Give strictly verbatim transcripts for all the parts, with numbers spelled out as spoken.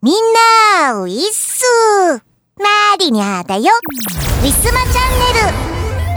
みんなウィッスーマリニャだよ。ウィスマチャンネル。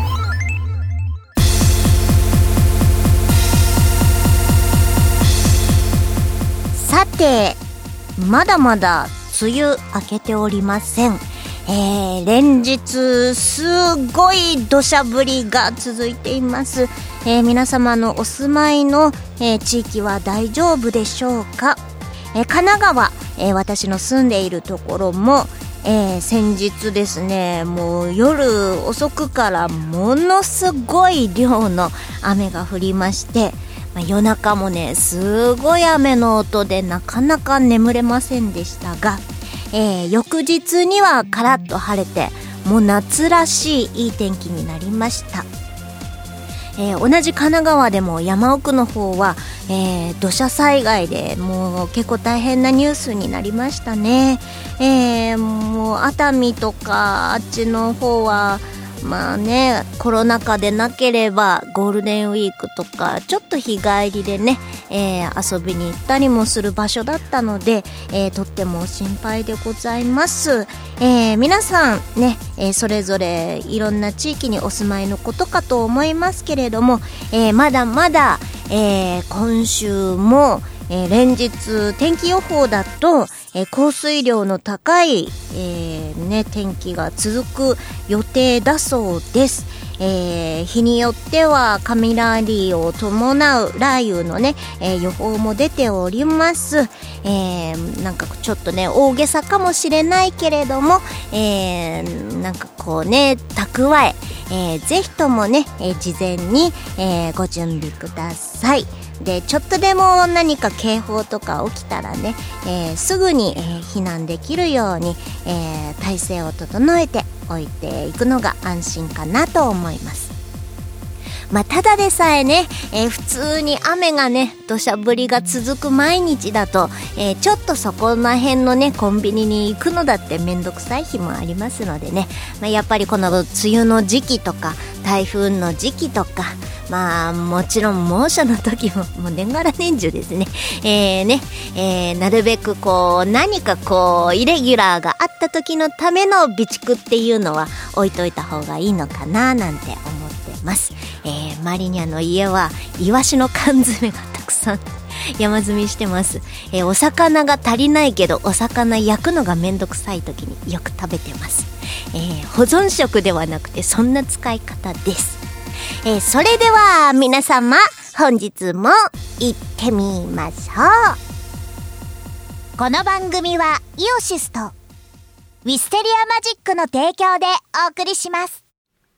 さて、まだまだ梅雨明けておりません。えー、連日すごい土砂降りが続いています。えー、皆様のお住まいの、えー、地域は大丈夫でしょうか。えー、神奈川、えー、私の住んでいるところも、えー、先日ですね、もう夜遅くからものすごい量の雨が降りまして、まあ、夜中もねすごい雨の音でなかなか眠れませんでしたが、えー、翌日にはカラッと晴れて、もう夏らしいいい天気になりました。えー、同じ神奈川でも山奥の方は、えー、土砂災害でもう結構大変なニュースになりましたね。えー、もう熱海とかあっちの方はまあね、コロナ禍でなければゴールデンウィークとかちょっと日帰りでね、えー、遊びに行ったりもする場所だったので、えー、とっても心配でございます。えー、皆さんね、えー、それぞれいろんな地域にお住まいのことかと思いますけれども、えー、まだまだ、えー、今週も、えー、連日天気予報だと、えー、降水量の高い、えーね、天気が続く予定だそうです。えー、日によっては雷を伴う雷雨のね、えー、予報も出ております。えー、なんかちょっとね大げさかもしれないけれども、えー、なんかこうね蓄ええー、ぜひともね、えー、事前に、えー、ご準備ください。でちょっとでも何か警報とか起きたらね、えー、すぐに、えー、避難できるように、えー、体制を整えておいていくのが安心かなと思います。まあ、ただでさえね、えー、普通に雨がね土砂降りが続く毎日だと、えー、ちょっとそこら辺のねコンビニに行くのだってめんどくさい日もありますのでね、まあ、やっぱりこの梅雨の時期とか台風の時期とか、まあもちろん猛暑の時ももう年がら年中ですね、えーね、えー、なるべくこう何かこうイレギュラーがあった時のための備蓄っていうのは置いといた方がいいのかななんて思ってます。えー、マリニャの家はイワシの缶詰がたくさん山積みしてます。えー、お魚が足りないけどお魚焼くのがめんどくさい時によく食べてます。えー、保存食ではなくてそんな使い方です。えー、それでは皆様本日も行ってみましょう。この番組はイオシスとウィステリアマジックの提供でお送りします。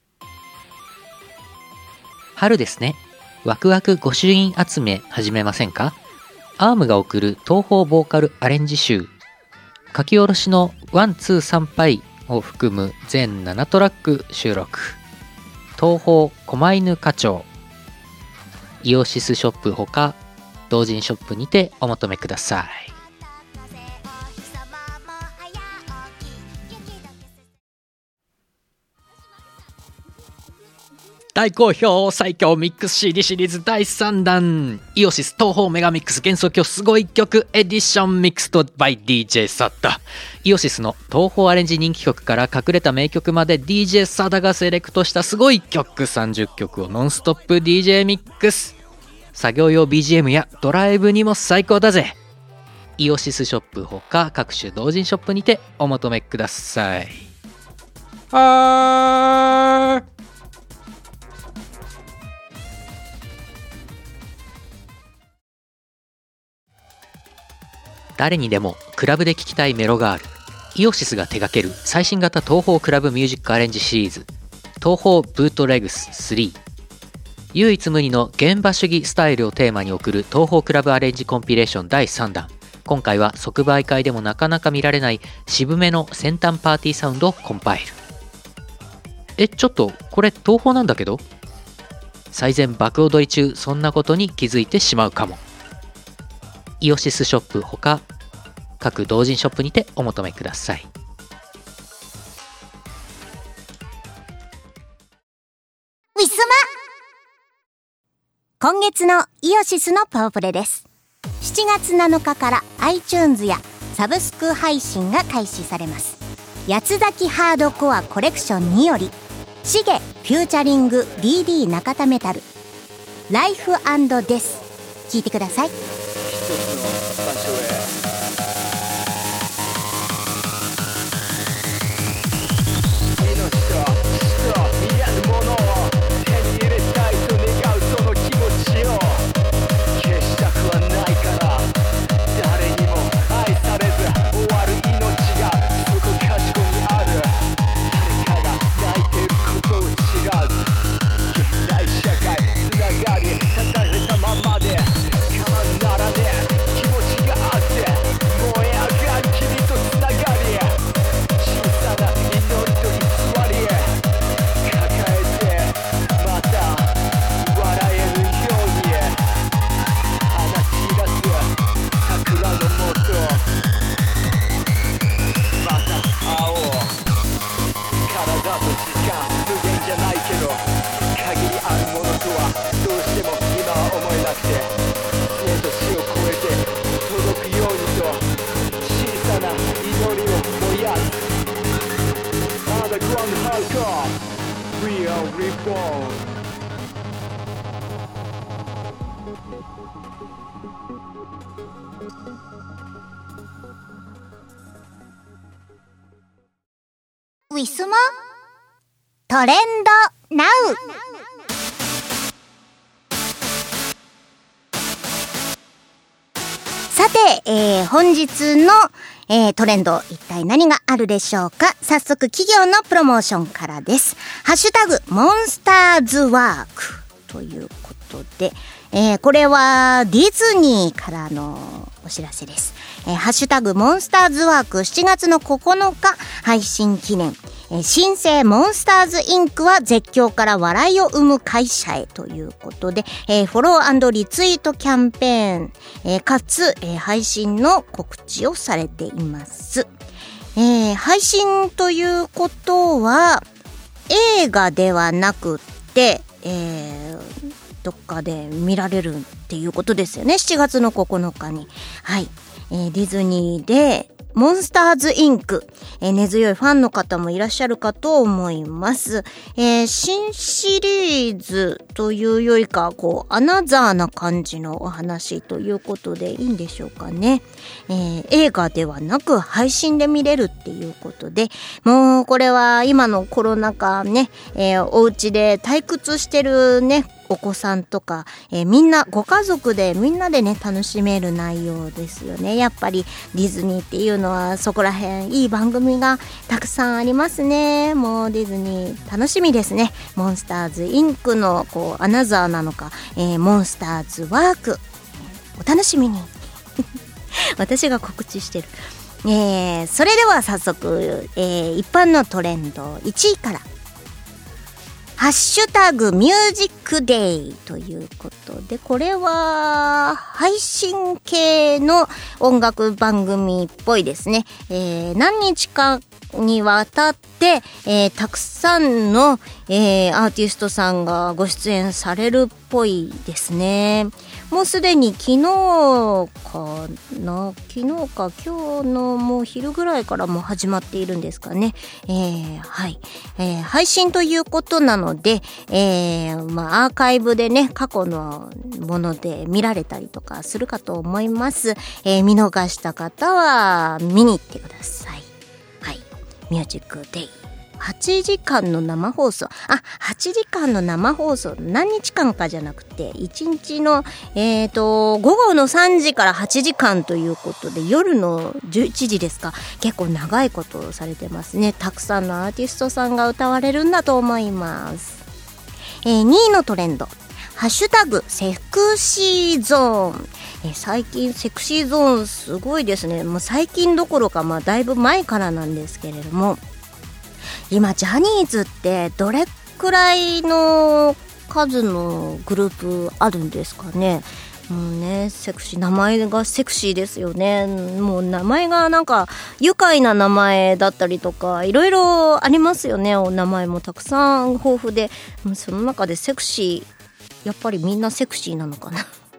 春ですね。ワクワク御朱印集め始めませんか？アームが送る東宝ボーカルアレンジ集、書き下ろしのワンツーサンパイを含む全ななトラック収録。東宝狛犬課長、イオシスショップほか同人ショップにてお求めください。大好評最強ミックス シーディー シリーズだいさんだん、イオシス東宝メガミックス幻想郷すごい曲エディションミックスト by ディージェー サダ。イオシスの東宝アレンジ人気曲から隠れた名曲まで ディージェー サダがセレクトしたすごい曲さんじゅっきょくをノンストップ ディージェー ミックス。作業用 ビージーエム やドライブにも最高だぜ。イオシスショップほか各種同人ショップにてお求めください。はー誰にでもクラブで聴きたいメロがある。イオシスが手掛ける最新型東宝クラブミュージックアレンジシリーズ、東宝ブートレグススリー。唯一無二の現場主義スタイルをテーマに送る東宝クラブアレンジコンピレーションだいさんだん。今回は即売会でもなかなか見られない渋めの先端パーティーサウンドをコンパイル。え、ちょっとこれ東宝なんだけど、最前爆踊り中そんなことに気づいてしまうかも。イオシスショップほか各同人ショップにてお求めください。 ウィスマ、今月のイオシスのパワプレです。しちがつなのかから iTunes やサブスク配信が開始されます。八つ咲きハードコアコレクションによりシゲフューチャリング ディーディー 中田メタルライフ&デス聴いてください。ウィスモトレンドナウ。さて、えー、本日の、えー、トレンド一体何があるでしょうか。早速企業のプロモーションからです。ハッシュタグモンスターズワークということで、えー、これはディズニーからのお知らせです。えー、ハッシュタグモンスターズワークしちがつのここのか配信記念、えー、新生モンスターズインクは絶叫から笑いを生む会社へということで、えー、フォロー&リツイートキャンペーン、えー、かつ、えー、配信の告知をされています。えー、配信ということは映画ではなくって、えー、どっかで見られるっていうことですよね。しちがつのここのかに。はい。えー、ディズニーでモンスターズインク、えー、根強いファンの方もいらっしゃるかと思います。えー、新シリーズというよりかこうアナザーな感じのお話ということでいいんでしょうかね。えー、映画ではなく配信で見れるっていうことで、もうこれは今のコロナ禍ね、えー、お家で退屈してるねお子さんとか、えー、みんなご家族でみんなでね楽しめる内容ですよね。やっぱりディズニーっていうのはそこら辺いい番組がたくさんありますね。もうディズニー楽しみですね。モンスターズインクのこうアナザーなのか、えー、モンスターズワーク、お楽しみに私が告知してる。えー、それでは早速、えー、一般のトレンドいちいからハッシュタグミュージックデイということで、これは配信系の音楽番組っぽいですね。えー、何日かにわたって、えー、たくさんの、えー、アーティストさんがご出演されるっぽいですね。もうすでに昨日かな昨日か今日のもう昼ぐらいからもう始まっているんですかね。えー、はい、えー、配信ということなので、えー、まあアーカイブでね過去のもので見られたりとかするかと思います。えー、見逃した方は見に行ってください。はい、ミュージックデイはちじかんの生放送。あ、はちじかんの生放送。何日間かじゃなくて、いちにちの、えっと、午後のさんじからはちじかんということで、夜のじゅういちじですか。結構長いことをされてますね。たくさんのアーティストさんが歌われるんだと思います。えー、にいのトレンド。ハッシュタグ、セクシーゾーン。えー、最近、セクシーゾーンすごいですね。もう最近どころか、まあ、だいぶ前からなんですけれども、今ジャニーズってどれくらいの数のグループあるんですかね。もうね、セクシー、名前がセクシーですよね。もう名前がなんか愉快な名前だったりとかいろいろありますよね。お名前もたくさん豊富で、その中でセクシー、やっぱりみんなセクシーなのかな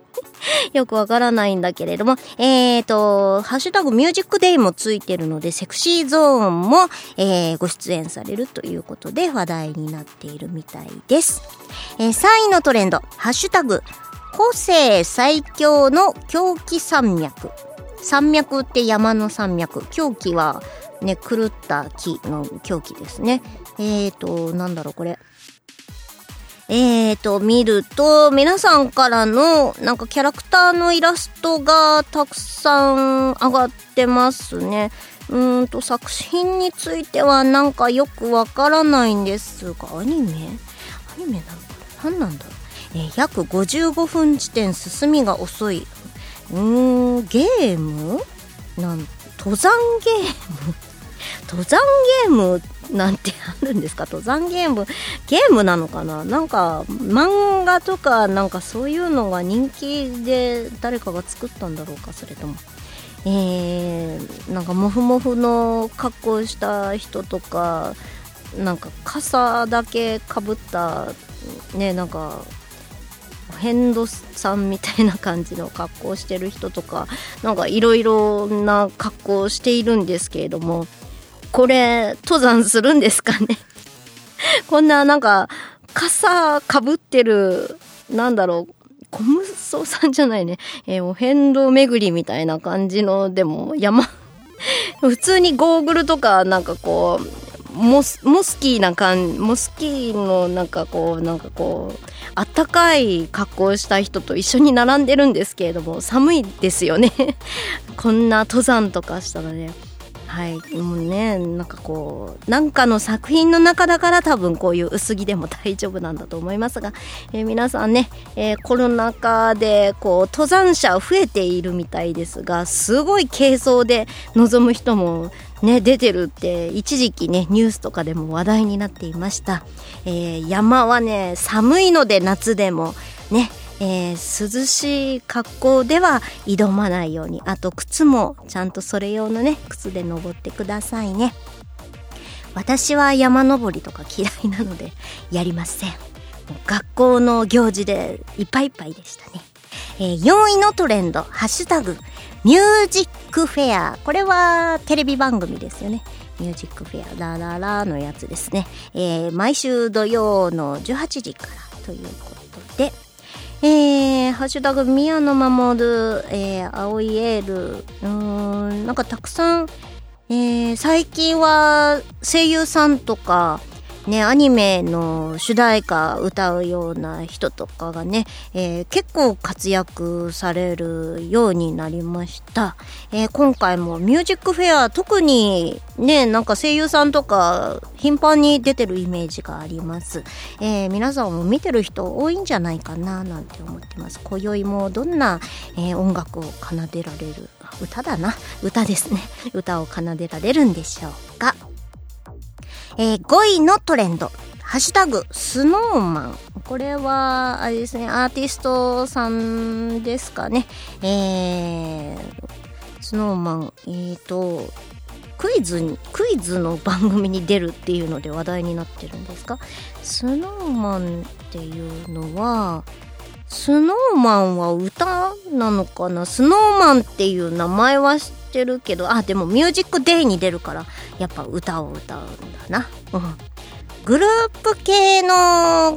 よくわからないんだけれども、えーと、ハッシュタグミュージックデイもついてるので、セクシーゾーンも、えー、ご出演されるということで話題になっているみたいです。えー、さんいのトレンド、ハッシュタグ、個性最強の狂気山脈。山脈って山の山脈。狂気はね、狂った木の狂気ですね。えーと、なんだろうこれ。えーと、見ると、皆さんからの、なんかキャラクターのイラストがたくさん上がってますね。うーんと、作品についてはなんかよくわからないんですが、アニメアニメなのかな、何なんだろう。えー、約ごじゅうごふん地点進みが遅い。うーん、ゲームなん登山ゲーム登山ゲームなんてあるんですか。登山ゲームゲームなのかな。なんか漫画とかなんかそういうのが人気で誰かが作ったんだろうか。それともえー、なんかモフモフの格好した人とか、なんか傘だけかぶったね、なんかヘンドさんみたいな感じの格好をしてる人とか、なんかいろいろな格好をしているんですけれども、これ登山するんですかねこんななんか傘かぶってる、なんだろう、小無双さんじゃないね、えー、お遍路巡りみたいな感じの、でも山普通にゴーグルとかなんかこうモスモスキーな感じ、モスキーのなんかこうなんかこうあったかい格好をした人と一緒に並んでるんですけれども、寒いですよねこんな登山とかしたらね。はい、もうね、なんかこうなんかの作品の中だから多分こういう薄着でも大丈夫なんだと思いますが、えー、皆さんね、えー、コロナ禍でこう登山者増えているみたいですが、すごい軽装で臨む人もね出てるって一時期ねニュースとかでも話題になっていました。えー、山はね寒いので夏でもね、えー、涼しい格好では挑まないように、あと靴もちゃんとそれ用のね靴で登ってくださいね。私は山登りとか嫌いなのでやりません。もう学校の行事でいっぱいいっぱいでしたね。えー、よんいのトレンド、ハッシュタグミュージックフェア。これはテレビ番組ですよね。ミュージックフェアラララのやつですね。えー、毎週土曜のじゅうはちじからということで、えー、ハッシュタグ宮野真守、えー、青いエール、うーん、なんかたくさん、えー、最近は声優さんとかね、アニメの主題歌歌うような人とかがね、えー、結構活躍されるようになりました。えー、今回もミュージックフェア、特にね、なんか声優さんとか頻繁に出てるイメージがあります。えー、皆さんも見てる人多いんじゃないかななんて思ってます。今宵もどんな、えー、音楽を奏でられる、歌だな、歌ですね。歌を奏でられるんでしょうか。えー、ごいのトレンド、ハッシュタグスノーマン。これはあれですね、アーティストさんですかね。えー、スノーマン、えーとクイズにクイズの番組に出るっていうので話題になってるんですか。スノーマンっていうのは、スノーマンは歌なのかな。スノーマンっていう名前は知ってるけど、あ、でもミュージックデイに出るからやっぱ歌を歌うんだな、うん、グループ系のあ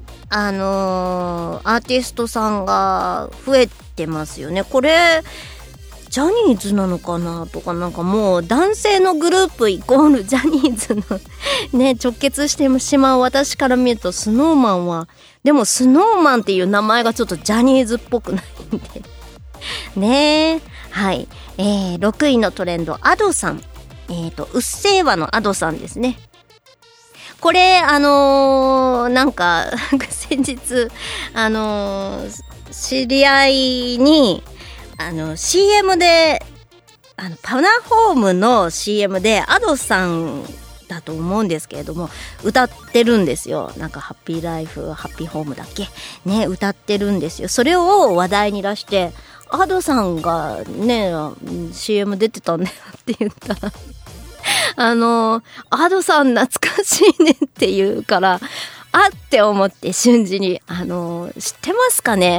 のー、アーティストさんが増えてますよね。これジャニーズなのかなとか、なんかもう男性のグループイコールジャニーズのね直結してしまう私から見ると、スノーマンはでもスノーマンっていう名前がちょっとジャニーズっぽくないんでねえ。はい、えー、ろくいのトレンド、アドさん。えっとうっせぇわのアドさんですね。これあのー、なんか先日あのー、知り合いにあの シーエム であのパナホームの シーエム でアドさんだと思うんですけれども歌ってるんですよ。なんかハッピーライフハッピーホームだっけね、歌ってるんですよ。それを話題に出して、アドさんがね シーエム 出てたんだよって言ったらあのアドさん懐かしいねって言うから、あって思って瞬時に、あの知ってますかね、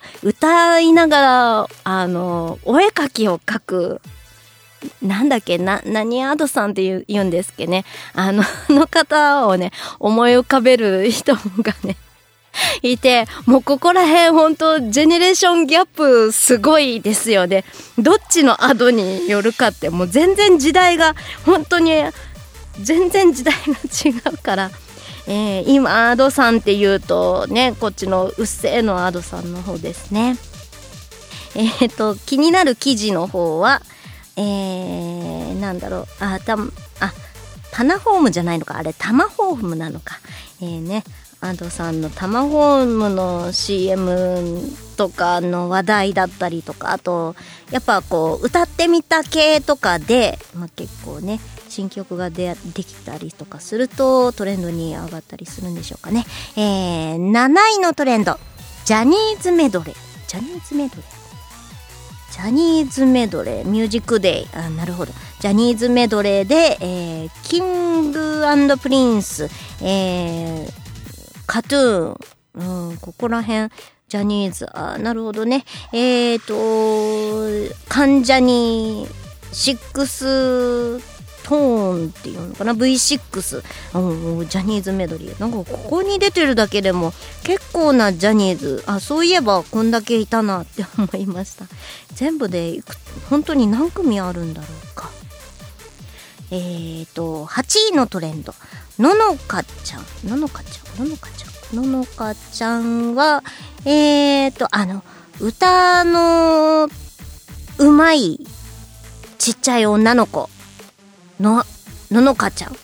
歌いながらあのお絵描きを描く、なんだっけな、何アドさんって言う、言うんですっけね、あのあの方をね思い浮かべる人がねいて、もうここら辺本当ジェネレーションギャップすごいですよね。どっちのアドによるかってもう全然時代が本当に全然時代が違うから、えー、今アドさんって言うとね、こっちのうっせーのアドさんの方ですね。えー、と気になる記事の方は、えー、なんだろう、あたあタナホームじゃないのか、あれタマホームなのか、えーねアドさんのタマホームの シーエム とかの話題だったりとか、あとやっぱこう歌ってみた系とかで、まあ、結構ね新曲がでできたりとかするとトレンドに上がったりするんでしょうかね。えー、なないのトレンド、ジャニーズメドレージャニーズメドレージャニーズメドレーミュージックデイ、あ、なるほど、ジャニーズメドレーで、えー、キング&プリンス、えーカトゥーン、うん、ここら辺ジャニーズ、あ、なるほどね。えーと関ジャニシックストーンっていうのかな、 ブイシックス、うん、ジャニーズメドレー、なんかここに出てるだけでも結構なジャニーズ、あ、そういえばこんだけいたなって思いました。全部で本当に何組あるんだろうか。えーとはちいのトレンド、ののかちゃんののかちゃんののかちゃんののかちゃんはえーとあの歌のうまいちっちゃい女の子のののかちゃん、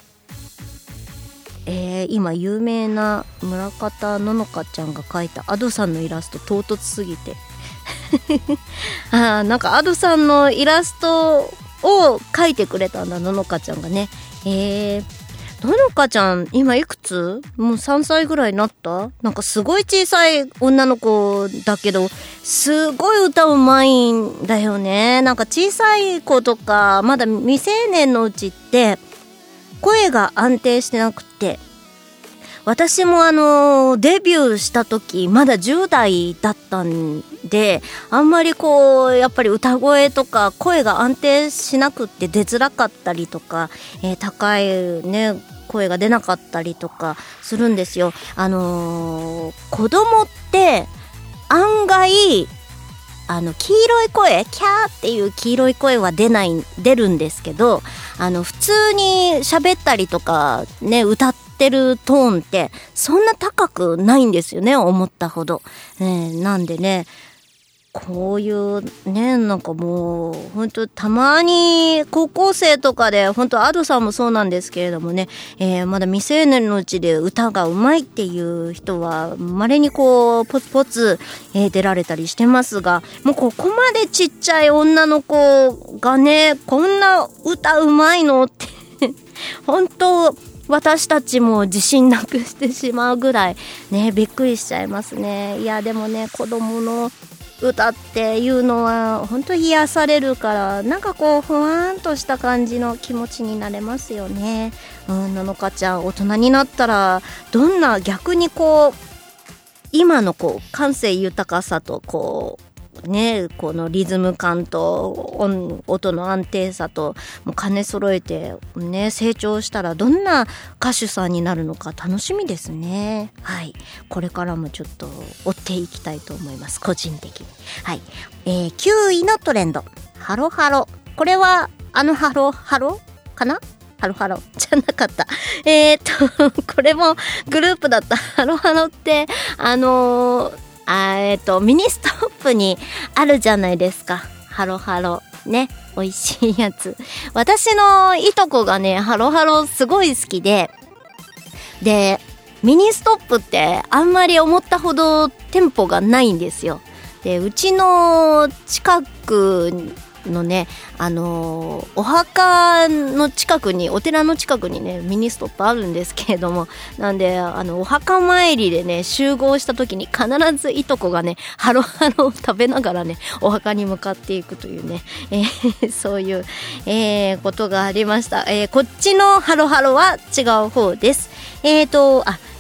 えー、今有名な村方ののかちゃんが描いたアドさんのイラスト唐突すぎてあー、なんかアドさんのイラストを描いてくれたんだ、ののかちゃんがね。えーののかちゃん今いくつ？もうさんさいぐらいになった？なんかすごい小さい女の子だけどすごい歌うまいんだよね。なんか小さい子とかまだ未成年のうちって声が安定してなくて、私もあのデビューした時まだじゅう代だったんで、あんまりこうやっぱり歌声とか声が安定しなくって出づらかったりとか、えー、高いね声が出なかったりとかするんですよ。あのー、子供って案外あの黄色い声、キャーっていう黄色い声は出ない出るんですけど、あの普通に喋ったりとかね歌ってるトーンってそんな高くないんですよね、思ったほど、ね、なんでねこういうねなんかもう本当たまに高校生とかで本当アドさんもそうなんですけれどもね、えー、まだ未成年のうちで歌がうまいっていう人は稀にこうポツポツ、えー、出られたりしてますが、もうここまでちっちゃい女の子がねこんな歌うまいのって本当私たちも自信なくしてしまうぐらいねびっくりしちゃいますね。いやでもね子供の歌っていうのは本当に癒されるから、なんかこうふわんとした感じの気持ちになれますよね。うん、ののかちゃん大人になったらどんな逆にこう今のこう感性豊かさとこうねこのリズム感と音, 音の安定さともう兼ね揃えてね成長したらどんな歌手さんになるのか楽しみですね。はい、これからもちょっと追っていきたいと思います、個人的に。はい、えー、きゅういのトレンド、ハロハロ。これはあのハロハロかな、ハロハロじゃなかった。えー、っとこれもグループだった。ハロハロってあのーあえっとミニストップにあるじゃないですか、ハロハロね、美味しいやつ。私のいとこがねハロハロすごい好きで、でミニストップってあんまり思ったほど店舗がないんですよ。でうちの近くのねあのー、お墓の近くにお寺の近くにねミニストップあるんですけれども、なんであのお墓参りでね集合した時に必ずいとこがねハロハロを食べながらねお墓に向かっていくというね、えー、そういう、えー、ことがありました。えー、こっちのハロハロは違う方です。えーとあ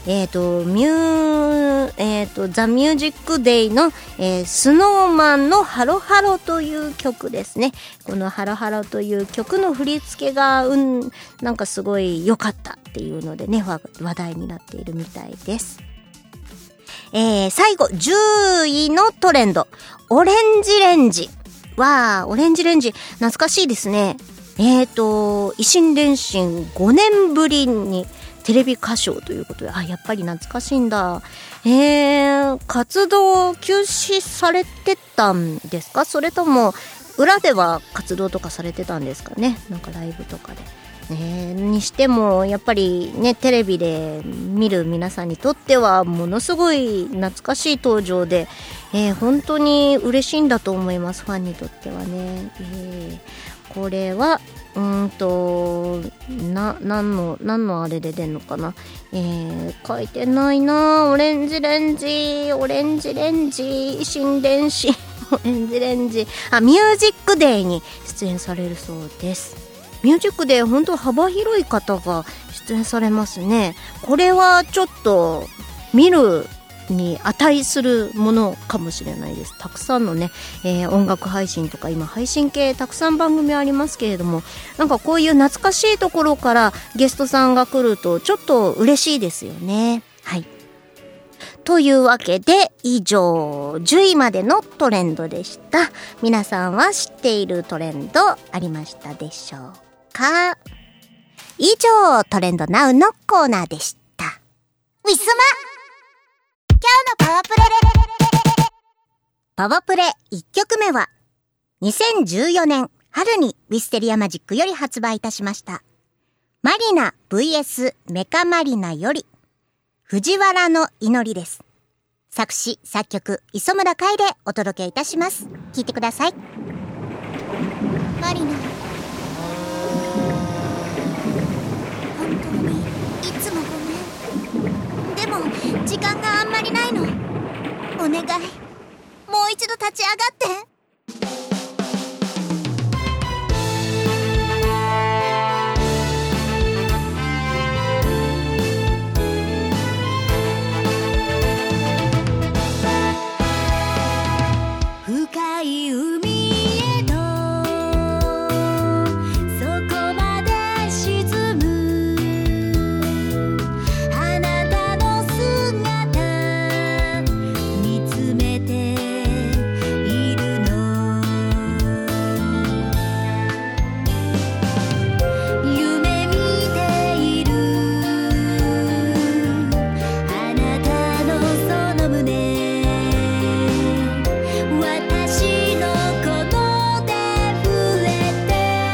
えっ、ー、とミューえっ、ー、とザ・ミュージックデイの、えー、スノーマンのハロハロという曲ですね。このハロハロという曲の振り付けがうんなんかすごい良かったっていうのでね話題になっているみたいです。えー、最後じゅういのトレンド、オレンジレンジ。わー、オレンジレンジ懐かしいですね。えーと維新伝心ごねんぶりにテレビ歌唱ということで、あ、やっぱり懐かしいんだ。えー、活動休止されてたんですか？それとも裏では活動とかされてたんですかね。なんかライブとかで。ね、にしてもやっぱりねテレビで見る皆さんにとってはものすごい懐かしい登場で、えー、本当に嬉しいんだと思います、ファンにとってはね。えー、これはうーんとな何の何のあれで出んのかな、えー、書いてないな。オレンジレンジオレンジレンジ新電子オレンジレンジあミュージックデイに出演されるそうです。ミュージックで本当幅広い方が出演されますね。これはちょっと見るに値するものかもしれないです。たくさんのね、えー、音楽配信とか今配信系たくさん番組ありますけれども、なんかこういう懐かしいところからゲストさんが来るとちょっと嬉しいですよね。はい。というわけで以上じゅういまでのトレンドでした。皆さんは知っているトレンドありましたでしょうか？以上トレンドナウのコーナーでした。ウィスマ今日のパワプレパワプレいっきょくめはにせんじゅうよねん春にウィステリアマジックより発売いたしましたマリナ ブイエス メカマリナより藤原の祈りです。作詞作曲磯村海でお届けいたします。聴いてください。マリナ、本当にいつもごめん。でも時間があんまりないの。お願い、もう一度立ち上がって。深い海へとそこまで沈むあなたの姿見つめているの。夢見ているあなたのその胸、私のことで触れて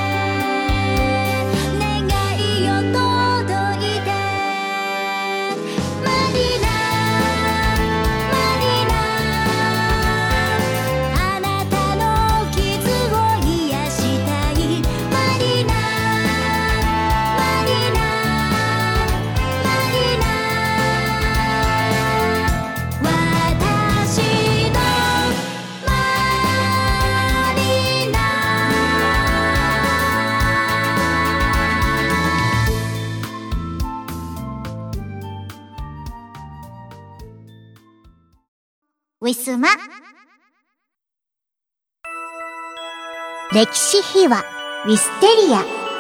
願いを届いて。マリナマリナ、あなたの傷を癒したい。マリナマリナマリナ、私のマリナ。ウィスマ歴史秘話ウィステリア。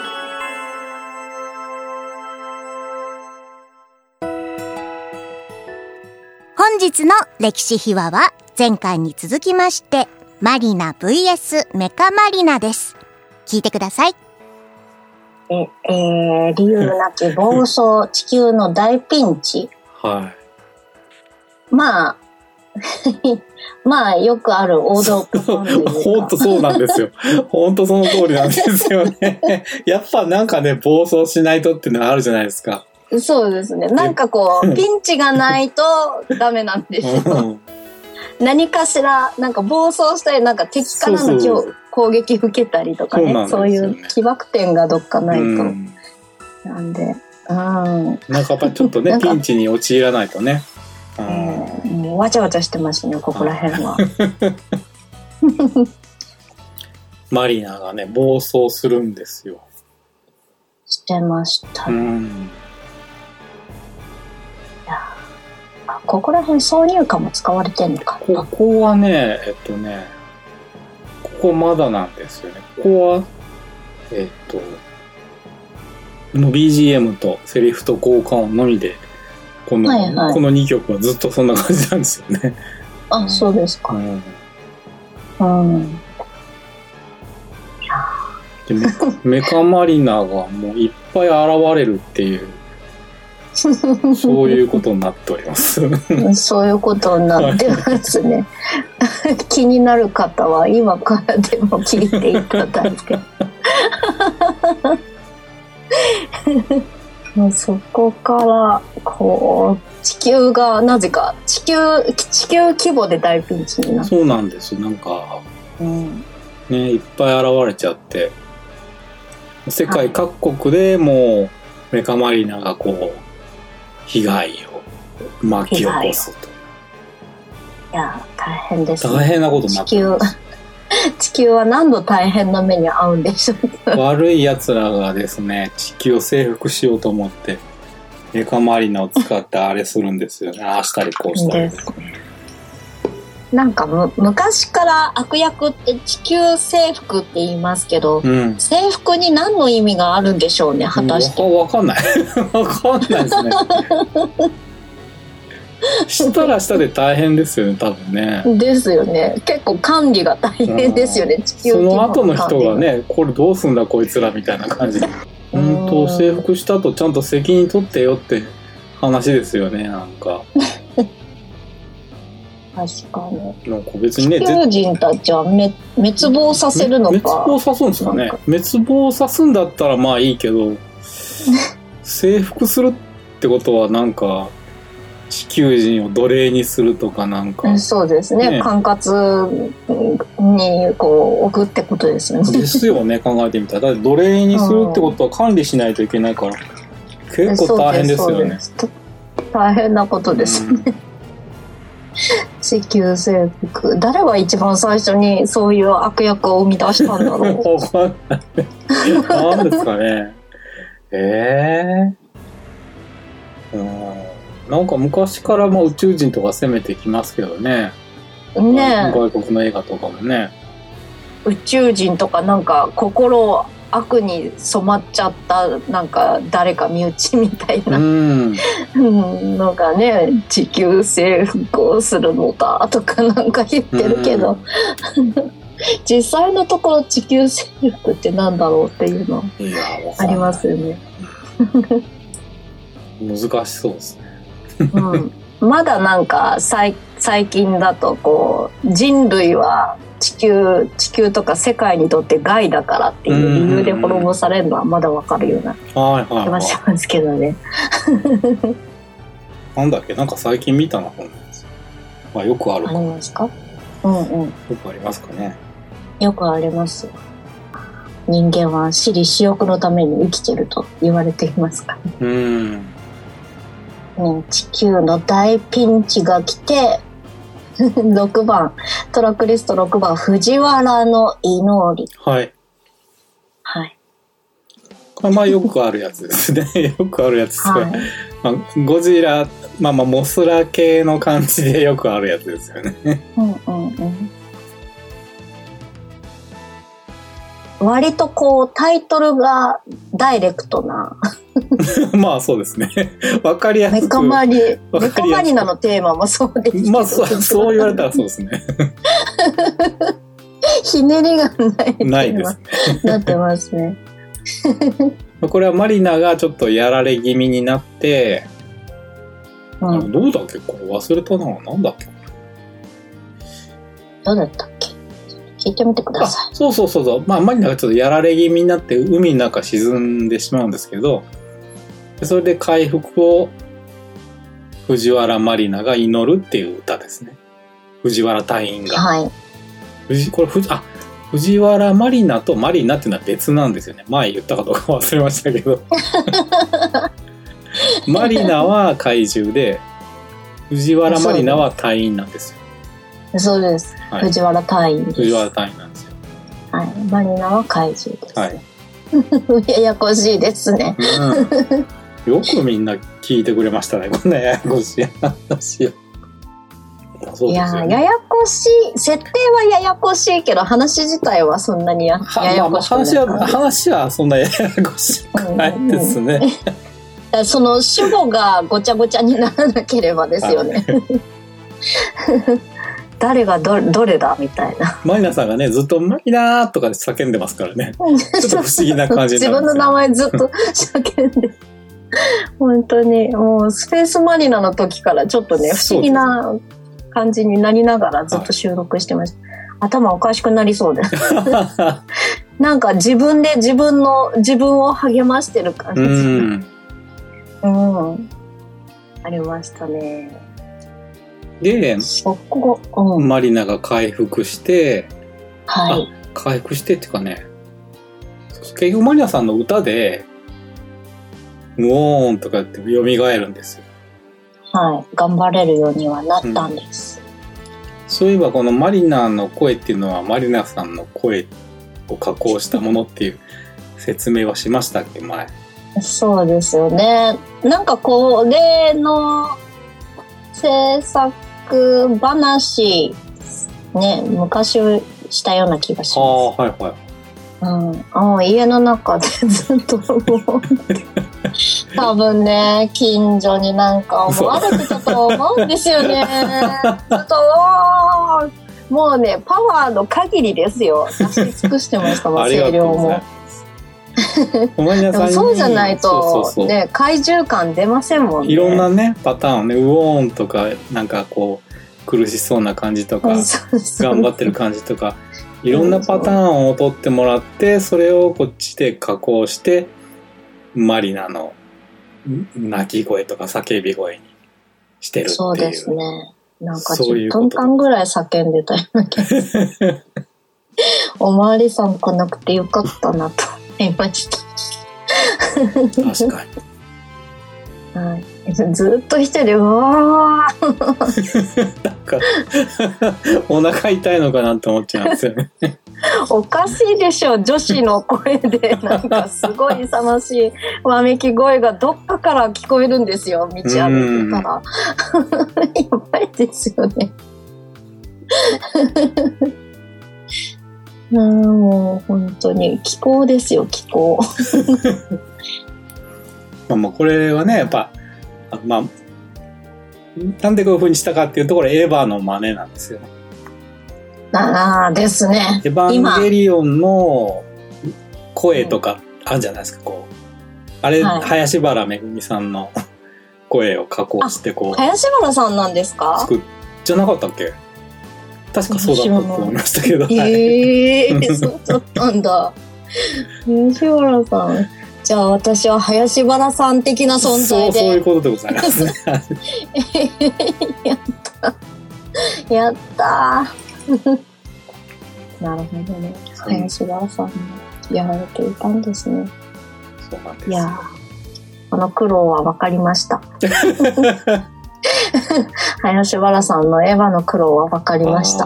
本日の歴史秘話は前回に続きましてマリナ ブイエス メカマリナです。聞いてください。 え、えー、理由なき暴走地球の大ピンチ。 はい。 まあまあよくある王道パターンというか本当そうなんですよ。本当その通りなんですよね。やっぱなんかね暴走しないとっていうのがあるじゃないですか。 そうですね。なんかこうピンチがないとダメなんですよ。うん、何かしらなんか暴走したりなんか敵からのそうそう攻撃受けたりとかね、そう、そういう起爆点がどっかないと、うん、なんで、うん、 なんかやっぱちょっとねピンチに陥らないとね。 えー、もうわちゃわちゃしてますねここら辺は。 マリナがね暴走するんですよ。 してました、ね。うん、いやあ、ここら辺挿入歌も使われてんのかな。 ここはね、えっとね、ここまだなんですよね。ここは、えっと、の ビージーエム とセリフと効果音のみで、この、はいはい、このにきょくはずっとそんな感じなんですよね。 あ、そうですか。うん。うん、 でメカ、メカマリナがもういっぱい現れるっていう、そういうことになっております。 そういうことになってますね。はい、気になる方は今からでも聞いていただいて。もうそこからこう地球がなぜか地球地球規模で大ピンチになって。 そうなんです。なんか、うん、ね、いっぱい現れちゃって、世界各国でもうメカマリナがこう被害を巻き起こすと。 いや大変です、 ね、大変なことになってます。 地球は何度大変な目に遭うんでしょう。 悪い奴らがですね、地球を征服しようと思ってメカマリナを使ってあれするんですよね。ああしたりこうしたりですね。 なんかむ昔から悪役って地球征服って言いますけど、うん、征服に何の意味があるんでしょうね、果たして。 わかんないわかんないですね。したらしたで大変ですよね、多分ね。 ですよね。結構管理が大変ですよね、うん、地球その後の人がね、これどうすんだこいつらみたいな感じで本当征服した後ちゃんと責任取ってよって話ですよね、なんか。 確かに。 なんか別にね、 地球人たちは滅亡させるのか。 滅亡さすんですかね。滅亡さすんだったらまあいいけど、征服するってことはなんか地球人を奴隷にするとかなんか。 そうですね。ね、管轄にこう置くってことですよね。 ですよね、考えてみたら。だって奴隷にするってことは管理しないといけないから、結構大変ですよね。 大変なことですね。うん、地球征服、誰が一番最初にそういう悪役を生み出したんだろう。 わかんない。なんですかね。ええー。うん、なんか昔からも宇宙人とか攻めてきますけどね。ね。外国の映画とかもね。 宇宙人とかなんか心悪に染まっちゃったなんか誰か身内みたいな、うん、のがね、地球征服をするのだとかなんか言ってるけど、うん、実際のところ地球征服ってなんだろうっていうのありますよね。 難しそうですね。 うん、まだなんか最近だとこう人類は地球地球とか世界にとって害だからっていう理由で滅ぼされるのはまだ分かるような気がしますけどね。 なんだっけ、なんか最近見たな本です。まあよくあるか。 ありますか？うんうん。 よくありますかね。 よくあります。人間は私利私欲のために生きてると言われていますから。うん。ね、地球の大ピンチが来て。ろくばんトラックリストろくばん藤原の祈り。 はいはいこれまあよくあるやつですね。よくあるやつです、はい、まあ、ゴジラ、まあまあモスラ系の感じでよくあるやつですよね。うんうんうん割とこうタイトルがダイレクトなまあそうですね。わかりやすく。 メカマリ、メカマリナのテーマもそうですけど。 まあそう、そう言われたらそうですね。 ひねりがない。 ないですね。 なってますね。 これはマリナがちょっとやられ気味になって、うん、どうだっけ、これ忘れたな。なんだっけ。 どうだったっけ。聞いてみてください。 そうそうそうそう。まあマリナがちょっとやられ気味になって海の中沈んでしまうんですけど、それで回復を藤原マリナが祈るっていう歌ですね。藤原隊員が。はい。藤これ藤あ藤原マリナとマリナっていうのは別なんですよね。前言ったかどうか忘れましたけど。マリナは怪獣で藤原マリナは隊員なんですよ。 そうです。はい、藤原隊員です。 藤原隊員なんですよ。 はい。マリナは怪獣です。はい。ややこしいですね。うん、 よくみんな聞いてくれましたね、こんなややこしい話を。 いやー、ややこしい、設定はややこしいけど、話自体はそんなに や, ややこしくない、 まあ、話は、話はそんなややこしくないですね。 うんうん、その主語がごちゃごちゃにならなければですよね。誰が ど, どれだみたいな。 マリナさんがね、ずっとマリナーとかで叫んでますからね。ちょっと不思議な感じになるんですよ。 自分の名前ずっと叫んで。本当に、もうスペースマリナの時からちょっとね、不思議な感じになりながらずっと収録してました。はい、頭おかしくなりそうで。なんか自分で自分の、自分を励ましてる感じ。うん。うん。ありましたね。 で、 そこ、うん、 マリナが回復して、 はい。 回復してっていうかね、結局マリナさんの歌で、ムオーンとかって蘇るんですよ。 はい。頑張れるようにはなったんです。 うん、そういえばこのマリナの声っていうのはマリナさんの声を加工したものっていう説明はしましたっけ、前。そうですよね。なんかこう、例の制作話ね、昔したような気がします。ああ、 はいはい。 うん、あ家の中でずっともう多分ね、近所になんか思われてたと思うんですよね。ずっともうね、パワーの限りですよ。出し尽くしてましたもん、声量も。でもそうじゃないとね、そうそうそう、怪獣感出ませんもんね。 いろんなねパターンをね、ウォーンとかなんかこう苦しそうな感じとか頑張ってる感じとかいろんなパターンを取ってもらって、それをこっちで加工してマリナの鳴き声とか叫び声にしてるっていう。 そうですね。なんかじゅっぷんかんぐらい叫んでたような気がする。おまわりさん来なくてよかったなと思いました。 確かに。はい。ずっと一人でうわーなんかお腹痛いのかなって思っちゃうんですよね。 おかしいでしょ、女子の声でなんかすごい勇ましいわめき声がどっかから聞こえるんですよ、道歩いてたら。やばいですよね。あもう本当に気候ですよ、気候。 まあもうこれはね、やっぱまあなんでこういう風にしたかっていうところ、エヴァの真似なんですよね。 ああですね。 エヴァンゲリオンの声とかあるじゃないですか、こうあれ、はい、林原めぐみさんの声を加工してこう。 林原さんなんですか？ 作っじゃなかったっけ？確かそうだったと思いましたけど。 ええー、そうだったんだ。林原さん。じゃあ私は林原さん的な存在で。 そう、そういうことでございますね。 やった。やったー。なるほどね。林原さんもやられていたんですね。 そうなんです。 いやこの苦労は分かりました。林原さんのエヴァの苦労は分かりました。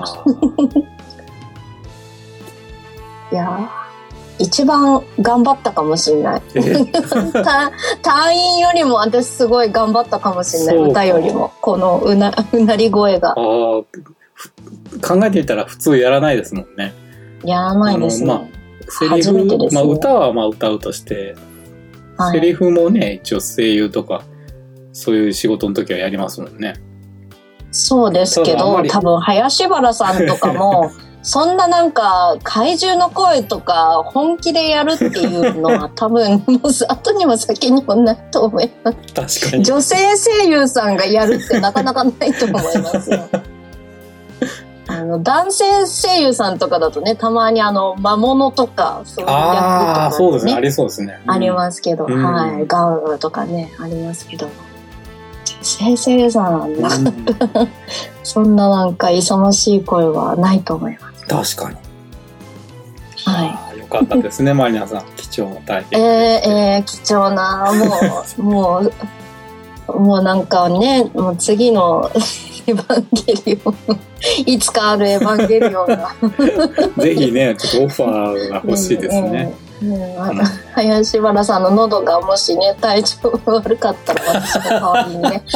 いや一番頑張ったかもしれない。隊員よりも私すごい頑張ったかもしれない。歌よりもこのう な, うなり声が。あ考えてみたら普通やらないですもんね。 やらないですね。まあ、 セリフ、ね、まあ、歌はまあ歌うとして、はい、セリフもね一応声優とかそういう仕事の時はやりますもんね。 そうですけど多分林原さんとかもそんななんか怪獣の声とか本気でやるっていうのは多分もう後にも先にもないと思います。 確かに女性声優さんがやるってなかなかないと思いますよ。あの男性声優さんとかだとね、たまにあの魔物とかそういう役とか、ね、 ああそうですね、ありそうですね、 うん、ありますけど、うん、はいガウとかねありますけど、女性声優さんはなかなか、うん、そんななんか勇ましい声はないと思います。 確かに。 はい。 よかったですね、マリナさん。貴重な体験。 えー、えー、貴重な、もう、もう、もうなんかね、もう次のエヴァンゲリオンいつかあるエヴァンゲリオンがぜひねちょっとオファーが欲しいですね。 うんうんうん、林原さんの喉がもしね体調が悪かったら私の代わりにね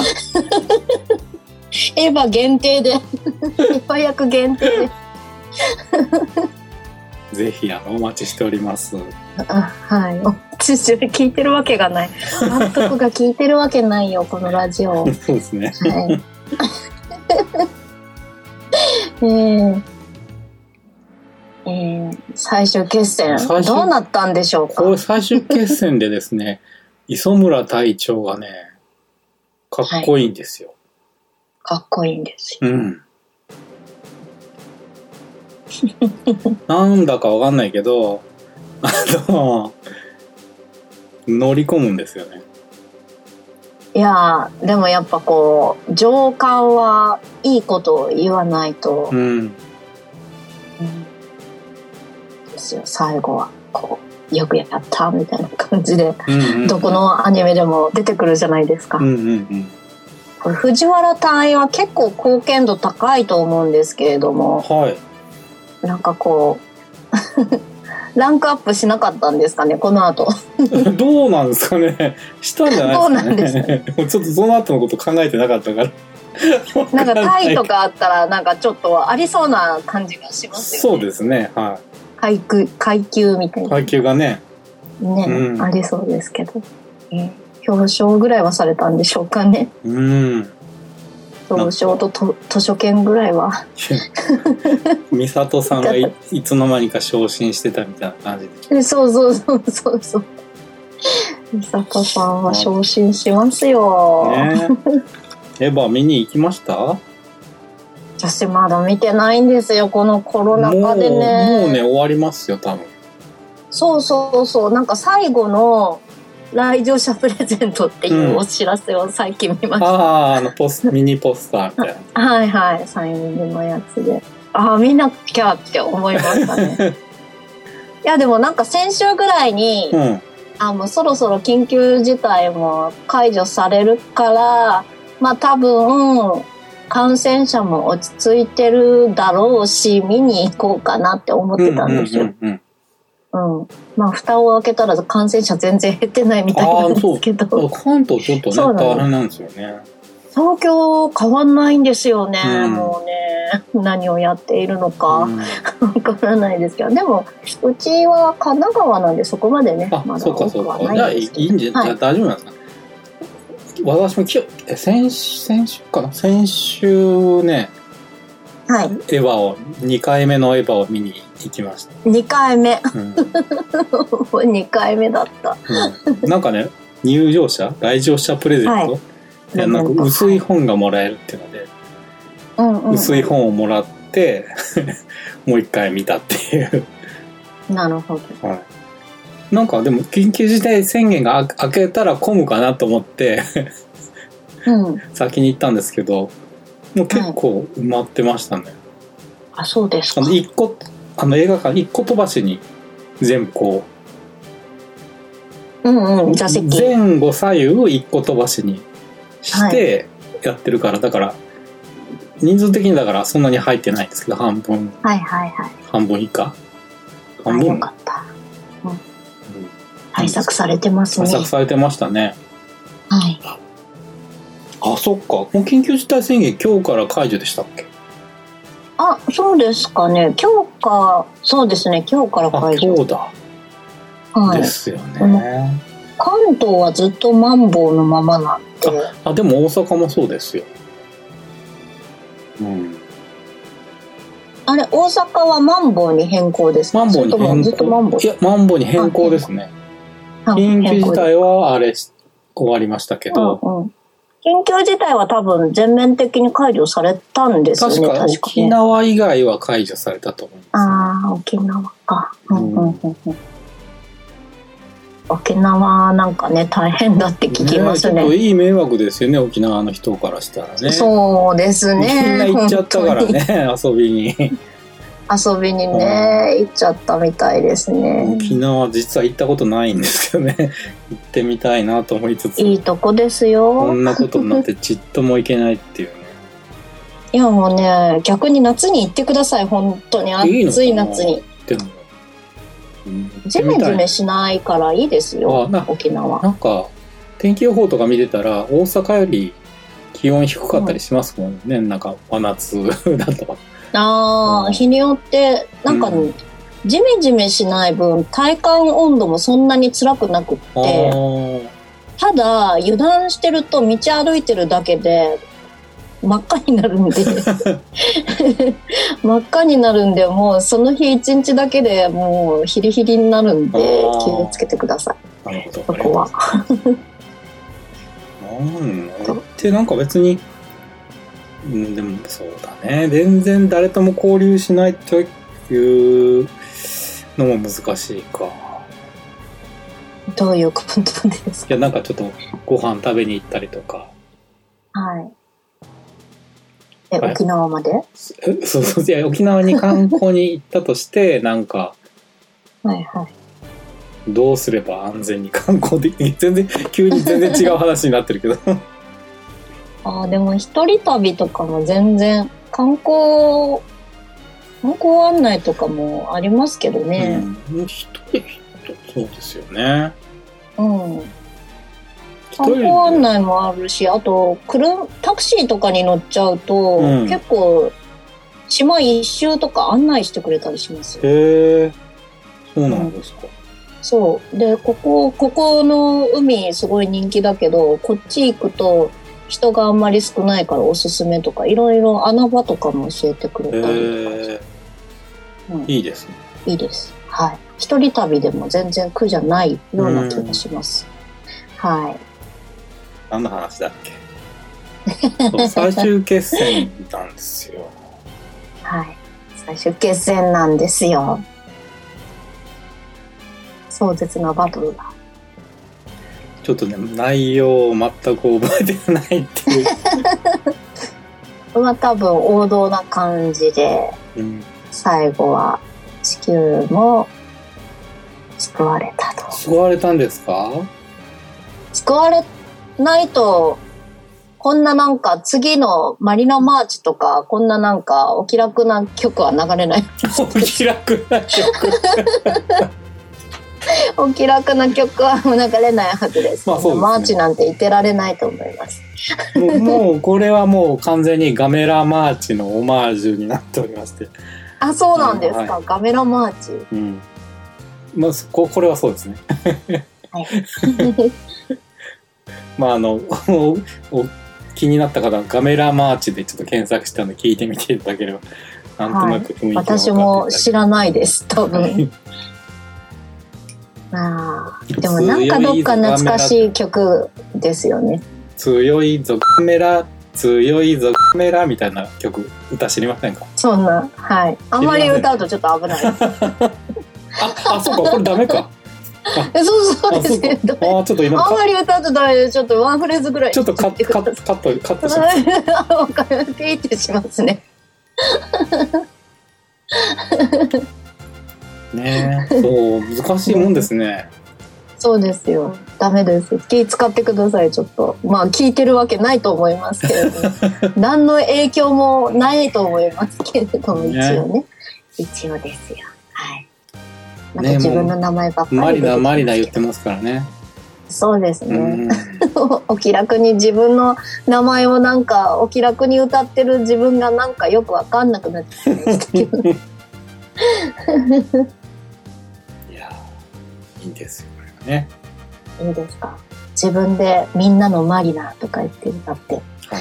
エヴァ限定でエヴァ役限定でぜひあのお待ちしております。 あ、はい。父親聞いてるわけがない。監督が聞いてるわけないよこのラジオ。 そうですね。はい。 えーえー、最終決戦どうなったんでしょうか。 これ最終決戦でですね磯村隊長がねかっこいいんですよ。はい、 かっこいいんですよ。 うん。なんだかわかんないけどあの乗り込むんですよね。 いやでもやっぱこう上官はいいことを言わないと、うんうん、ですよ。最後はこうよくやったみたいな感じで、うんうんうん、どこのアニメでも出てくるじゃないですか。うんうんうん、これ藤原隊員は結構貢献度高いと思うんですけれども、はい、なんかこうランクアップしなかったんですかねこの後どうなんですかね。したんじゃないですかね。どうなんですね。ちょっとその後のこと考えてなかったからなんかタイとかあったらなんかちょっとありそうな感じがしますよね。 そうですね、はい。 階級、階級みたいな階級がねね、うん、ありそうですけど、えー、表彰ぐらいはされたんでしょうかね。うん、表彰とと図書券ぐらいは美里さんが い, いつの間にか昇進してたみたいな感じでそうそうそうそうそう美里さんは昇進しますよ、ね、 エヴァ見に行きました？ 私まだ見てないんですよこのコロナ禍でね。 もう、もうね終わりますよ多分。 そうそうそうなんか最後の来場者プレゼントっていうお知らせを最近見ました、うん、 あああのポスミニポスターみたいなはいはいサイン入りのやつでああ見なきゃって思いましたねいやでもなんか先週ぐらいに、うん、あもうそろそろ緊急事態も解除されるからまあ多分感染者も落ち着いてるだろうし見に行こうかなって思ってたんですよ、うんうんうんうん、まあ蓋を開けたら感染者全然減ってないみたいなんですけど。 あ関東ちょっとね大変なんですよね。 東京変わんないんですよね、うん、もうね何をやっているのか、うん、分からないですけどでもうちは神奈川なんでそこまでねまだ多くはないんですけど。 じゃあいいんじゃ、はい、大丈夫なんですか。私もき先, 先週かな先週ね、はい、エヴァをにかいめのエヴァを見に行きました。 にかいめ、うん、にかいめだった、 うん、なんかね入場者来場者プレゼント、はい、いやなんか薄い本がもらえるっていうので、うんうん、薄い本をもらってもう一回見たっていうなるほど、はい。 なんかでも緊急事態宣言が明けたら混むかなと思って、うん、先に行ったんですけどもう結構埋まってましたね、はい、 あそうですか。 あの一個あの映画館一個飛ばしに全部こう、うんうん、座席前後左右を一個飛ばしにしてやってるから、はい、だから人数的にだからそんなに入ってないんですけど半分、 はいはいはい、 半分以下半分よかった、うんうん、対策されてますね。 対策されてましたね。 はい。 あ、そっか。もう緊急事態宣言今日から解除でしたっけ？ あ、そうですかね。今日か、そうですね。今日から解除。 あ、今日だ。はい。ですよね。 関東はずっとマンボウのままなんで。 あ、あでも大阪もそうですよ。うん。 あれ大阪はマンボウに変更ですか？ マンボウに変更。 ずっとマンボウ。 いやマンボウに変更ですね。緊急事態はあれ終わりましたけど、うんうん、 緊急事態は多分全面的に解除されたんですよね。 確か沖縄以外は解除されたと思います、ね、 ああ沖縄か、うんうんうんうん、沖縄なんかね大変だって聞きますね。 ねちょっといい迷惑ですよね沖縄の人からしたらね。 そうですね。 みんな行っちゃったからね遊びに遊びにね、うん、行っちゃったみたいですね。 沖縄実は行ったことないんですけどね行ってみたいなと思いつついいとこですよ。 こんなことになってちっとも行けないっていうねいやもうね、逆に夏に行ってください。本当に暑い夏に。 でも、 うん、ジメジメしないからいいですよ、沖縄。 なんか天気予報とか見てたら大阪より気温低かったりしますもんね、うん、なんか真夏だと。 ああ、うん、日によってなんか、ね、うん、ジメジメしない分体感温度もそんなに辛くなくって、ただ油断してると道歩いてるだけで真っ赤になるんで真っ赤になるんで、もうその日一日だけでもうヒリヒリになるんで気をつけてください。 なるほど、 そこはなんでなんか別に、うん、でもそうだね、全然誰とも交流しないというのも難しいか。 どういうことですか？ いや、なんかちょっとご飯食べに行ったりとか。 はい。え、はい、沖縄まで？ そうそう、いや、沖縄に観光に行ったとしてなんかはいはい。 どうすれば安全に観光できる？全然急に全然違う話になってるけどああ、でも一人旅とかも全然観光観光案内とかもありますけどね。 うん、一人そうですよね。 うん。観光案内もあるし、あと車タクシーとかに乗っちゃうと、うん、結構島一周とか案内してくれたりしますよ。 へえ、そうなんですか。うん、 そうで、ここここの海すごい人気だけど、こっち行くと人があんまり少ないからおすすめとか、いろいろ穴場とかも教えてくれたりとかして、 うん、いいですね。 いいです。はい。一人旅でも全然苦じゃないような気がします。はい。 何の話だっけ？最終決戦なんですよ。 はい。最終決戦なんですよ。壮絶なバトルが。 ちょっとね、内容を全く覚えてないっていう。 まあ多分王道な感じで、うん、最後は地球も救われたと。 救われたんですか？ 救われないと、こんななんか次のマリナマーチとか、こんななんかお気楽な曲は流れない。 お気楽な曲お気楽な曲は流れないはずです。まあそうですね、マーチなんて言ってられないと思います。 もう、もうこれはもう完全にガメラマーチのオマージュになっておりまして。 あ、そうなんですか、はい、ガメラマーチ。 うん。まあ、こ, これはそうですね。はい。まああのお気になった方はガメラマーチでちょっと検索したので聞いてみていただければなんとなく雰囲気が分かっていただける、はい、 私も知らないです多分あでもなんかどっか懐かしい曲ですよね。 強いぞガメラ強いぞガメラみたいな曲歌知りませんか？ そんな、はい、あんまり歌うとちょっと危ないあ, あそうか、これダメかえそうそうですね。ああちょっと今あんまり歌うとダメで、ちょっとワンフレーズぐらいちょっとカットカットカットカットしますわかる、ピーってしますねねえ、そう難しいもんですね。 そうですよ、ダメです。気使ってください。ちょっとまあ聞いてるわけないと思いますけれど何の影響もないと思いますけれども、一応ね、一応ですよ。はい、なんか自分の名前ばっかり、ね、 マリナマリナ言ってますからね。 そうですねお気楽に自分の名前をなんかお気楽に歌ってる自分がなんかよく分かんなくなってきましたけどいやいいんですよこれはね。 いいですか？自分でみんなのマリナとか言って歌って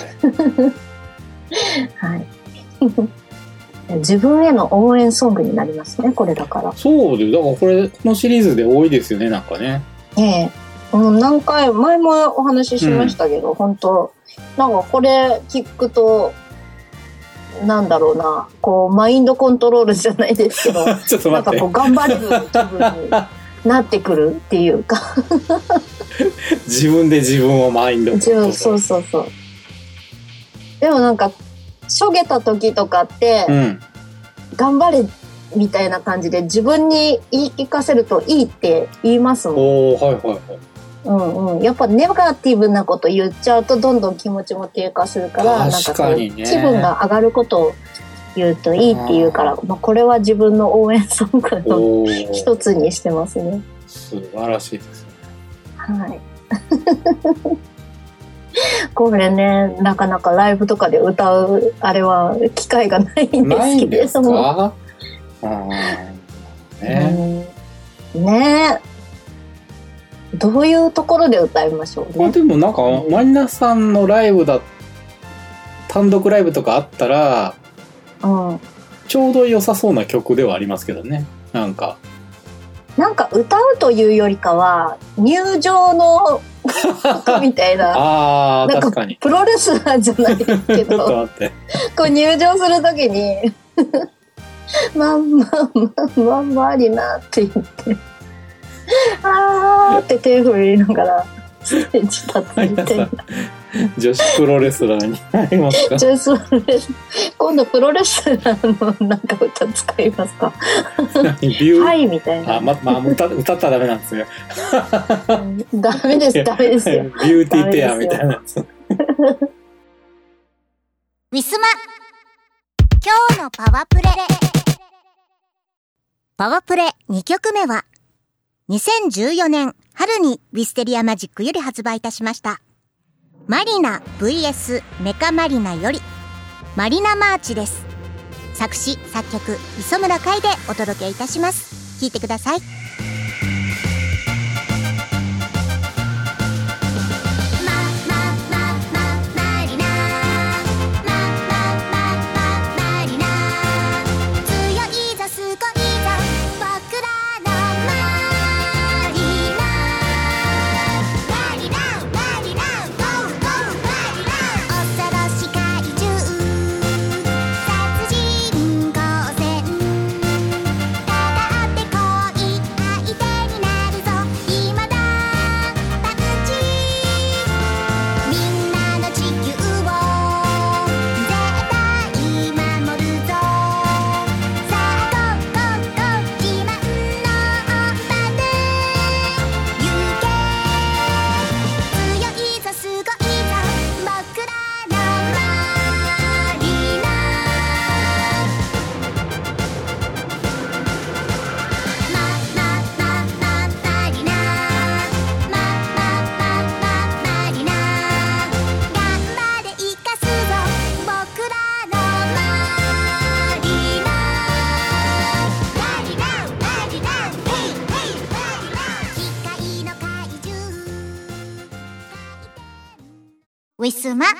はいはい自分への応援ソングになりますね、これだから。 そうです。だからこれこのシリーズで多いですよね、なんかね。 ええ、もう何回前もお話ししましたけど、うん、本当なんかこれ聞くとなんだろうな、こうマインドコントロールじゃないですけどちょっと待って、 なんかこう頑張れる気分になってくるっていうか自分で自分をマインドコントロール。 そうそうそう。でもなんかしょげた時とかって、うん、頑張れみたいな感じで自分に言い聞かせるといいって言いますもん。 おー、はいはいはい。 うんうん、やっぱネガティブなこと言っちゃうとどんどん気持ちも低下するから、 確かにね、 なんか気分が上がることを言うといいっていうから、まあ、これは自分の応援ソングの一つにしてますね。 素晴らしいですね。 はいこれね、なかなかライブとかで歌うあれは機会がないんですけれども。ないんですか？あね、うん、ねえ、どういうところで歌いましょうね。 これでもなんかマリナさんのライブだ、単独ライブとかあったら、うん、ちょうど良さそうな曲ではありますけどね。なんかなんか歌うというよりかは入場のみたいなあ、 なんか確かにプロレスラーじゃないですけどこう入場するときにまんまんまんまんまりなって言ってあーって手振りながらステージ立つみたいな女子プロレスラーになりますか？ 女子プロレス今度プロレスラーのなんか歌使いますか？はいみたいな。 あ、ま、まあ、歌, 歌ったらダメなんですよ。 ダメですダメですよ。 ビューティーペアみたいなやつ。 ウィスマ今日のパワプレパワプレにきょくめはにせんじゅうよねん春にウィステリアマジックより発売いたしましたマリナ ブイエス メカマリナよりマリナマーチです。作詞作曲磯村海でお届けいたします。聴いてください。ウィスマ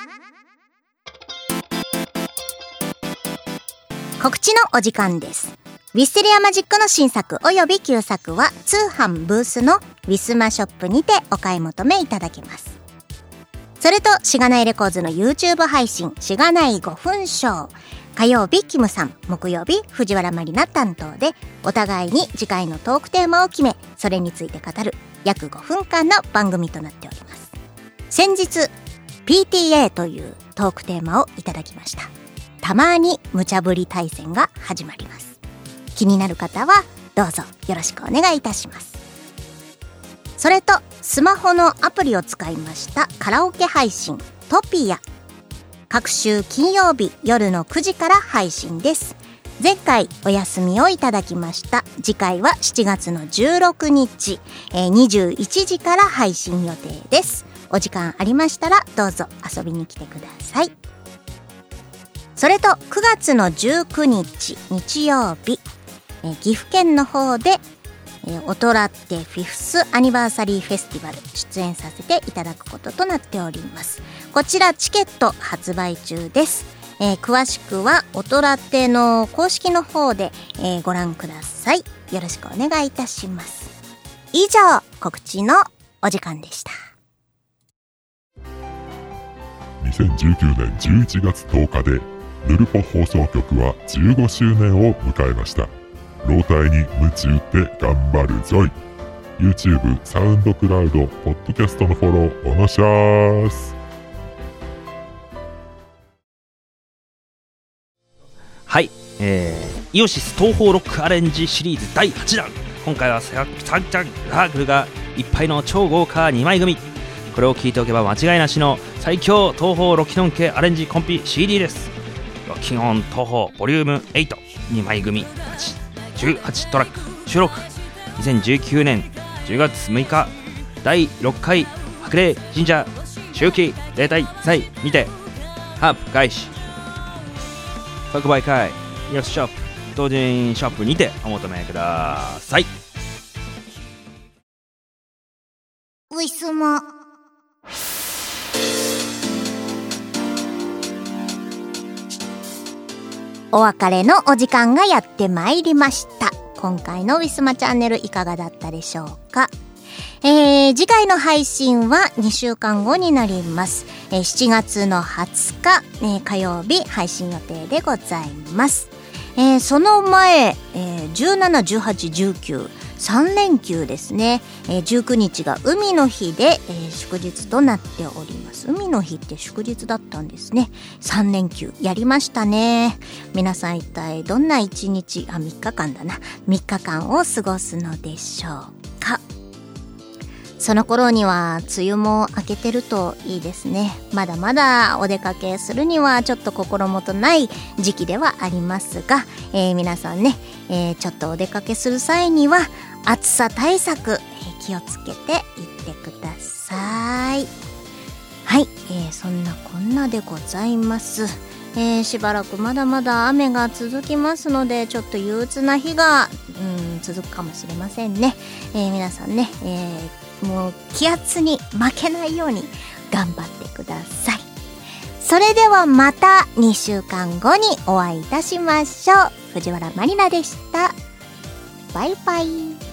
告知のお時間です。ウィステリアマジックの新作および旧作は通販ブースのウィスマショップにてお買い求めいただけます。それとしがないレコーズの YouTube 配信しがないごふんショー、火曜日キムさん、木曜日藤原まりな担当でお互いに次回のトークテーマを決め、それについて語る約ごふんかんの番組となっております。先日 ピーティーエー というトークテーマをいただきました。たまに無茶ぶり対戦が始まります。気になる方はどうぞよろしくお願いいたします。それとスマホのアプリを使いましたカラオケ配信トピア、各週金曜日夜のくじから配信です。前回お休みをいただきました。次回はしちがつのじゅうろくにち、えー、にじゅういちじから配信予定です。お時間ありましたらどうぞ遊びに来てください。それとくがつのじゅうくにち日曜日、えー、岐阜県の方で、えー、オトラテフィフスアニバーサリーフェスティバル出演させていただくこととなっております。こちらチケット発売中です。えー、詳しくはオトラテの公式の方で、えー、ご覧ください。よろしくお願いいたします。以上、告知のお時間でした。 にせんじゅうきゅうねんじゅういちがつとおかでヌルポ放送局はじゅうごしゅうねんを迎えました。老体に夢中って頑張るぞい。 YouTube、サウンドクラウド、ポッドキャストのフォローお願いします。 はい、えー、イオシス東方ロックアレンジシリーズだいはちだん、今回はサンチャンラークルがいっぱいの超豪華にまい組。これを聞いておけば間違いなしの最強東宝ロキノン系アレンジコンピ シーディー です。ロキノン東宝ボリュームはちにまい組じゅうはちトラック収録。にせんじゅうきゅうねんじゅうがつむいかだいろっかい白麗神社秋季例大祭にてハープ開始。即売会イオシスショップ同人ショップにてお求めください。 ウィスマお別れのお時間がやってまいりました。今回のウィスマチャンネルいかがだったでしょうか。えー、次回の配信はにしゅうかんごになります。えー、しちがつのはつか、えー、火曜日配信予定でございます。えー、その前、えー、じゅうなな、じゅうはち、じゅうきゅうさんれんきゅうですね。えー、じゅうくにちが海の日で、えー、祝日となっております。海の日って祝日だったんですね。さんれんきゅうやりましたね。皆さん一体どんないちにち、あ、みっかかんだな。みっかかんを過ごすのでしょうか。その頃には梅雨も明けてるといいですね。まだまだお出かけするにはちょっと心もとない時期ではありますが、えー、皆さんね、えー、ちょっとお出かけする際には暑さ対策、えー、気をつけていってください。はい、えー、そんなこんなでございます。えー、しばらくまだまだ雨が続きますので、ちょっと憂鬱な日が、うん、続くかもしれませんね。えー、皆さんね、えーもう気圧に負けないように頑張ってください。それではまたにしゅうかんごにお会いいたしましょう。藤原まりなでした。バイバイ。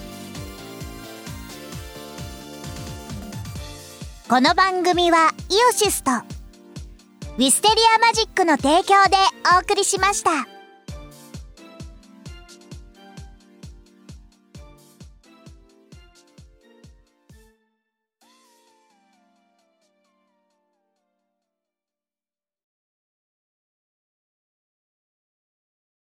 この番組はイオシスとウィステリアマジックの提供でお送りしました。